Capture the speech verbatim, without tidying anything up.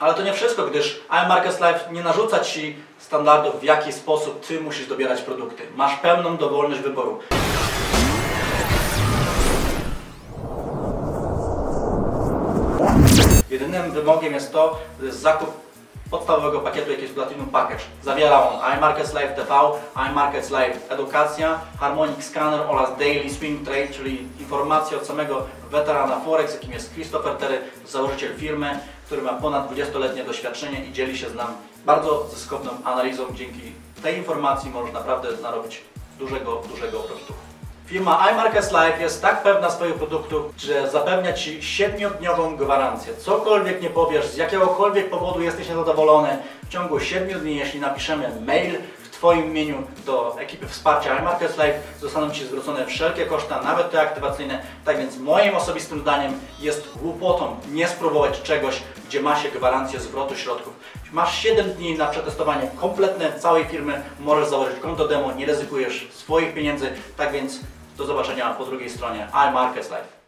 Ale to nie wszystko, gdyż iMarkets Live nie narzuca Ci standardów, w jaki sposób Ty musisz dobierać produkty. Masz pełną dowolność wyboru. Jedynym wymogiem jest to, że jest zakup podstawowego pakietu, jaki jest Platinum Package. Zawiera on iMarkets Live T V, iMarkets Live Edukacja, Harmonic Scanner oraz Daily Swing Trade, czyli informacje od samego weterana Forex, jakim jest Christopher Terry, założyciel firmy, który ma ponad dwudziestoletnie doświadczenie i dzieli się z nami bardzo zyskowną analizą. Dzięki tej informacji możesz naprawdę narobić dużego, dużego profitu. Firma iMarkets Live jest tak pewna swojego produktu, że zapewnia Ci siedmiodniową gwarancję. Cokolwiek nie powiesz, z jakiegokolwiek powodu jesteś niezadowolony, w ciągu siedmiu dni, jeśli napiszemy mail w Twoim imieniu do ekipy wsparcia iMarkets Live, zostaną Ci zwrócone wszelkie koszta, nawet te aktywacyjne. Tak więc moim osobistym zdaniem jest głupotą nie spróbować czegoś, gdzie ma się gwarancję zwrotu środków. Masz siedem dni na przetestowanie kompletne całej firmy, możesz założyć konto demo, nie ryzykujesz swoich pieniędzy, tak więc do zobaczenia po drugiej stronie iMarkets Live.